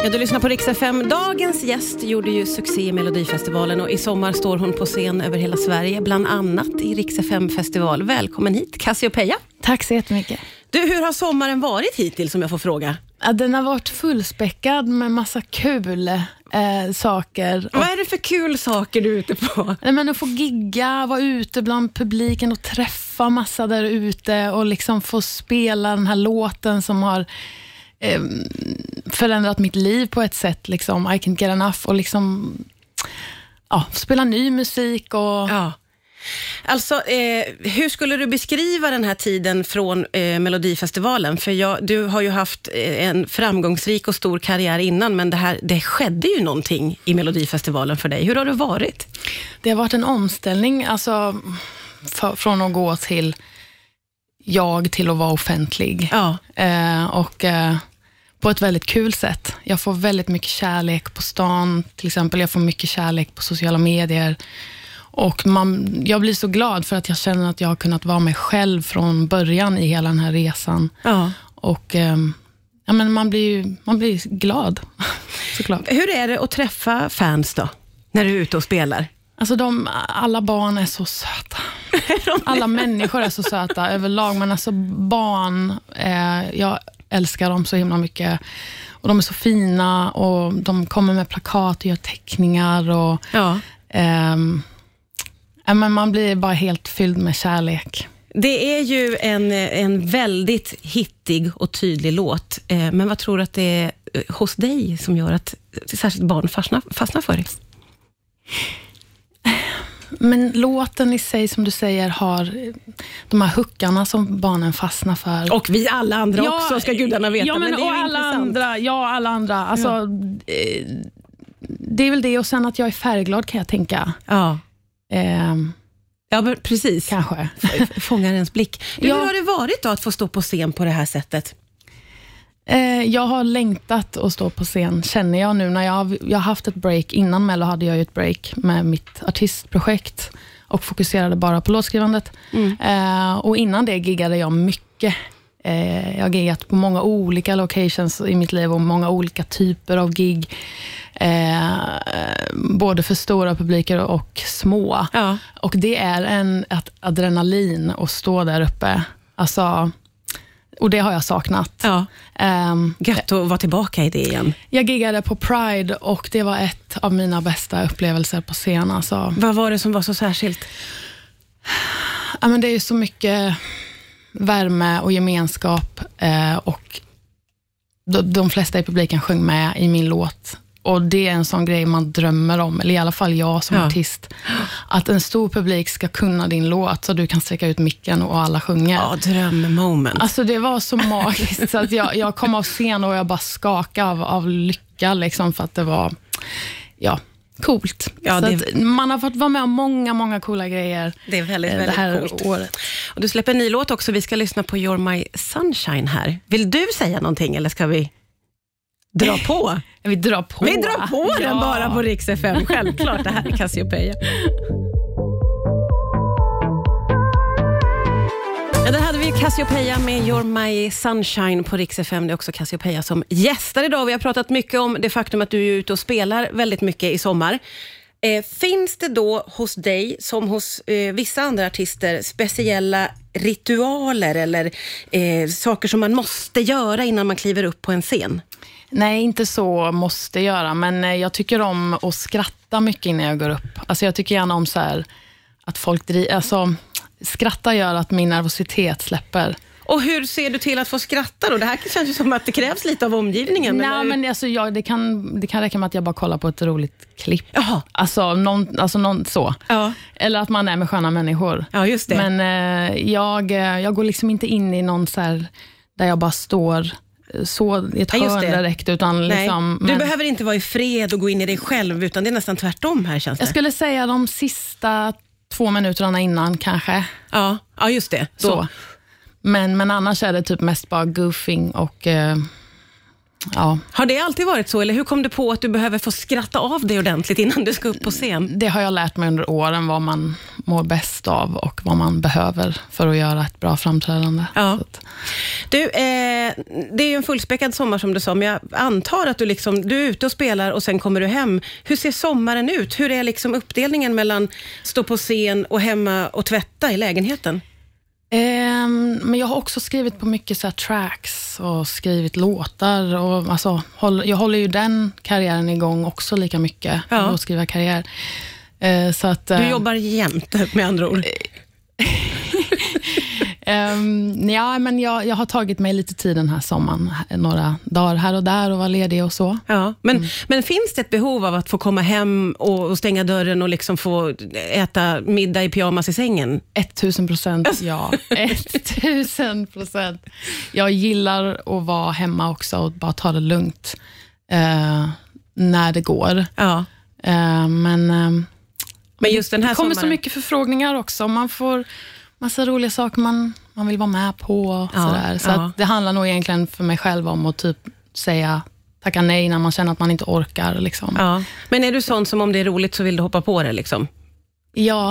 Ja, du lyssnar på Rix FM. Dagens gäst gjorde ju succé i Melodifestivalen och i sommar står hon på scen över hela Sverige, bland annat i Rix FM-festival. Välkommen hit, Cassiopeia. Tack så jättemycket. Du, hur har sommaren varit hittills, om jag får fråga? Ja, den har varit fullspäckad med massa kul saker. Vad är det för kul saker du är ute på? Nej, men att få gigga, vara ute bland publiken och träffa massa där ute och liksom få spela den här låten som har förändrat mitt liv på ett sätt, liksom I Can't Get Enough, och liksom spela ny musik och... Ja. Alltså, hur skulle du beskriva den här tiden från Melodifestivalen? För du har ju haft en framgångsrik och stor karriär innan, men det skedde ju någonting i Melodifestivalen för dig. Hur har det varit? Det har varit en omställning, alltså från att gå till att vara offentlig. Ja. På ett väldigt kul sätt. Jag får väldigt mycket kärlek på stan, till exempel. Jag får mycket kärlek på sociala medier. Och jag blir så glad för att jag känner att jag har kunnat vara mig själv från början i hela den här resan. Ja. Och men man blir glad, såklart. Hur är det att träffa fans då, när du är ute och spelar? Alltså alla barn är så söta. Alla människor är så söta överlag, men alltså barn, jag älskar dem så himla mycket. Och de är så fina och de kommer med plakat och gör teckningar och... Ja. Men man blir bara helt fylld med kärlek. Det är ju en väldigt hittig och tydlig låt. Men vad tror du att det är hos dig som gör att särskilt barn fastnar för det? Men låten i sig, som du säger, har de här hookarna som barnen fastnar för. Och vi alla andra också, ska gudarna veta. Ja, men det är ju alla andra. Alltså, det är väl det, och sen att jag är färgglad, kan jag tänka. Ja. Ja, men precis. Kanske. Fångar ens blick. Hur har det varit då att få stå på scen på det här sättet? Jag har längtat att stå på scen, känner jag nu. När jag har haft ett break. Innan Mello hade jag ju ett break med mitt artistprojekt och fokuserade bara på låtskrivandet. Och innan det giggade jag mycket. Jag har giggat på många olika locations i mitt liv och många olika typer av gig. Både för stora publiker och små. Ja. Och det är ett adrenalin att stå där uppe. Alltså, och det har jag saknat. Ja. Gött att vara tillbaka i det igen. Jag giggade på Pride och det var ett av mina bästa upplevelser på scen. Alltså. Vad var det som var så särskilt? Ja, men det är ju så mycket värme och gemenskap, och de flesta i publiken sjöng med i min låt. Och det är en sån grej man drömmer om, eller i alla fall jag som artist. Att en stor publik ska kunna din låt så du kan sträcka ut micken och alla sjunger. Ja, drömmoment. Alltså det var så magiskt så att jag kom av scen och jag bara skakade av lycka liksom, för att det var coolt. Ja, så att man har fått vara med om många coola grejer. Det är väldigt, väldigt det här coolt. Året. Och du släpper en ny låt också. Vi ska lyssna på You're My Sunshine här. Vill du säga någonting eller ska vi dra på? Vi drar på den bara på Rix FM. Självklart, det här är Cassiopeia. Ja, där hade vi Cassiopeia med You're My Sunshine på Rix FM. Det är också Cassiopeia som gästar idag. Vi har pratat mycket om det faktum att du är ute och spelar väldigt mycket i sommar. Finns det då hos dig, som hos vissa andra artister, speciella ritualer eller saker som man måste göra innan man kliver upp på en scen? Nej, inte så måste göra, men jag tycker om att skratta mycket innan jag går upp. Alltså jag tycker gärna om så här att folk skratta gör att min nervositet släpper. Och hur ser du till att få skratta då? Det här känns ju som att det krävs lite av omgivningen. Nej, men alltså det kan räcka med att jag bara kollar på ett roligt klipp. Jaha. Alltså någon så. Ja. Eller att man är med sköna människor. Ja, just det. Men jag går liksom inte in i någon så här där jag bara står så i ett hörn direkt, utan liksom, du behöver inte vara i fred och gå in i dig själv, utan det är nästan tvärtom här, känns det. Jag skulle säga de sista 2 minuterna innan kanske. Ja just det. Så. Men annars är det typ mest bara goofing och ja. Har det alltid varit så, eller hur kom du på att du behöver få skratta av dig ordentligt innan du ska upp på scen? Det har jag lärt mig under åren, vad man mår bäst av och vad man behöver för att göra ett bra framträdande. Ja. Du, det är ju en fullspäckad sommar som du sa, men jag antar att du är ute och spelar och sen kommer du hem. Hur ser sommaren ut? Hur är liksom uppdelningen mellan stå på scen och hemma och tvätta i lägenheten? Men jag har också skrivit på mycket så här tracks och skrivit låtar. Och, alltså, jag håller ju den karriären igång också lika mycket. Ja. Att skriva karriär. Så att, du jobbar jämt med andra ord. Ja, men jag har tagit mig lite tid den här sommaren. Några dagar här och där och vara ledig och så. Ja, men finns det ett behov av att få komma hem och stänga dörren och liksom få äta middag i pyjamas i sängen? 1000% ja. 1000%. Jag gillar att vara hemma också och bara ta det lugnt när det går. Ja. Men just den här det kommer sommaren... så mycket förfrågningar också. Man får massa roliga saker man vill vara med på. Och sådär. Så att det handlar nog egentligen för mig själv om att typ tacka nej när man känner att man inte orkar. Liksom. Ja. Men är du sån som om det är roligt så vill du hoppa på det liksom? Ja.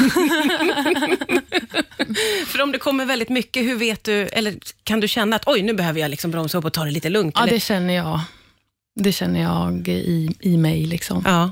För om det kommer väldigt mycket, hur vet du, eller kan du känna att oj, nu behöver jag liksom bromsa upp och ta det lite lugnt? Ja, eller? det känner jag. Det känner jag i mig liksom. Ja.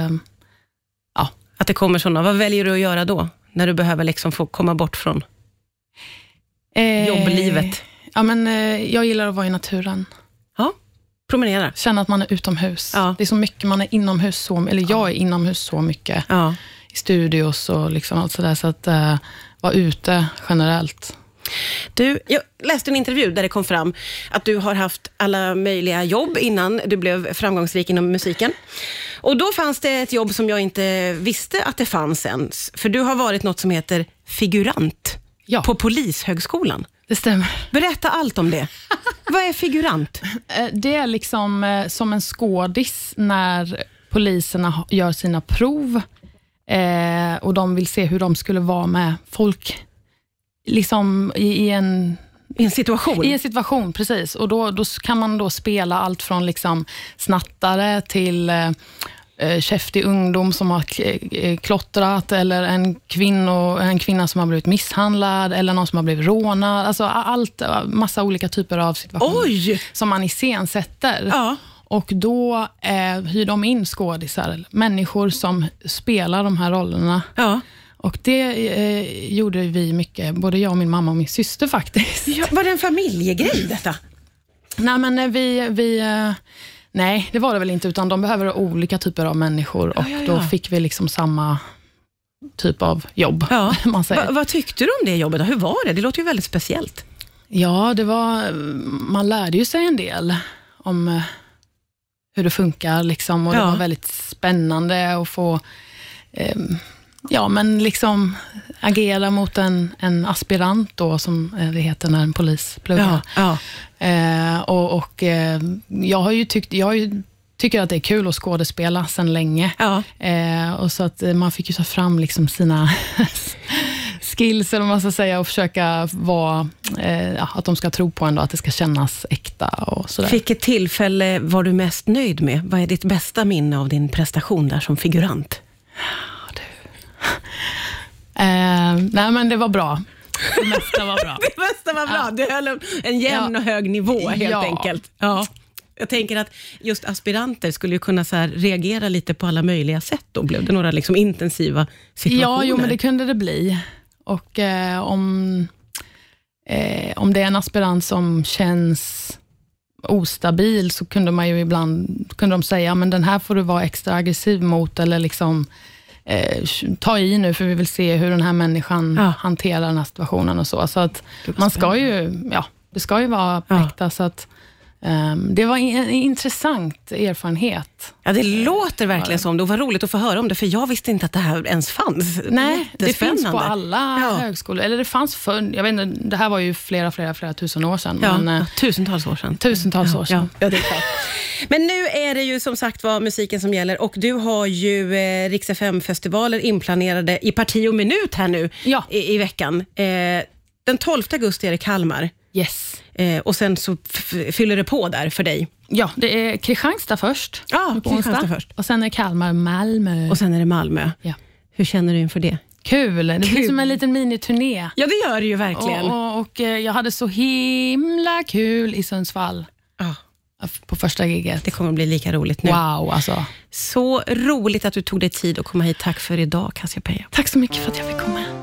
Att det kommer sådana. Vad väljer du att göra då? När du behöver liksom få komma bort från jobblivet? Ja, men jag gillar att vara i naturen. Ja, promenera. Känna att man är utomhus. Ja. Det är så mycket man är inomhus jag är inomhus så mycket. Ja. I studios och liksom allt sådär. Så att vara ute generellt. Du, jag läste en intervju där det kom fram att du har haft alla möjliga jobb innan du blev framgångsrik inom musiken. Och då fanns det ett jobb som jag inte visste att det fanns ens. För du har varit något som heter figurant på Polishögskolan. Det stämmer. Berätta allt om det. Vad är figurant? Det är liksom som en skådis när poliserna gör sina prov och de vill se hur de skulle vara med folk liksom i en situation. I en situation, precis. Och då kan man då spela allt från liksom snattare till käftig ungdom som har klottrat, eller en kvinna som har blivit misshandlad, eller någon som har blivit rånad. Alltså massa olika typer av situationer som man iscensätter. Ja. Och då hyr de in skådisar, människor som spelar de här rollerna. Ja. Och det gjorde vi mycket, både jag och min mamma och min syster faktiskt. Ja, var det en familjegrej detta? Nej, men nej, det var det väl inte, utan de behöver olika typer av människor och då fick vi liksom samma typ av jobb. Ja. Man säger. Vad tyckte du om det jobbet? Hur var det? Det låter ju väldigt speciellt. Ja, man lärde ju sig en del om hur det funkar liksom, och det var väldigt spännande att få men liksom agera mot en aspirant då, som det heter när en polis pluggar. Ja. Jag tycker att det är kul att skådespela sedan länge. Ja. Och så att man fick ju ta fram liksom sina skills, eller vad man ska säga, och försöka vara att de ska tro på ändå, att det ska kännas äkta och sådär. Vilket tillfälle var du mest nöjd med? Vad är ditt bästa minne av din prestation där som figurant? Nej, men det var bra. Det mesta var bra. Det mesta var bra. Du höll en jämn och hög nivå helt enkelt. Ja. Jag tänker att just aspiranter skulle ju kunna så här reagera lite på alla möjliga sätt. Då blev det några liksom intensiva situationer. Ja, men det kunde det bli. Och om det är en aspirant som känns ostabil, så kunde man ju ibland de säga, men den här får du vara extra aggressiv mot, eller liksom ta i nu, för vi vill se hur den här människan hanterar den här situationen och så. Så att man ska ju, det ska ju vara äkta, så att det var en intressant erfarenhet. Ja, det låter verkligen som det. Och var roligt att få höra om det, för jag visste inte att det här ens fanns. Nej, det finns på alla högskolor. Eller det fanns förr, jag vet inte, det här var ju flera tusen år sedan. Ja, men, tusentals år sedan. Tusentals år sedan. Ja, det är klart. Men nu är det ju som sagt var musiken som gäller, och du har ju Rix FM-festivaler inplanerade i parti och minut här nu i veckan. Den 12 augusti är det Kalmar. Yes. Och sen så fyller det på där för dig. Ja, det är Kristianstad först. Ja, Kristianstad först. Och sen är Kalmar, Malmö. Och sen är det Malmö. Ja. Hur känner du inför det? Kul, det blir som en liten miniturné. Ja, det gör det ju verkligen. Och jag hade så himla kul i Sundsvall. På första giget. Det kommer att bli lika roligt nu. Wow, alltså. Så roligt att du tog dig tid att komma hit. Tack för idag, Cassiopeia. Tack så mycket för att jag fick komma.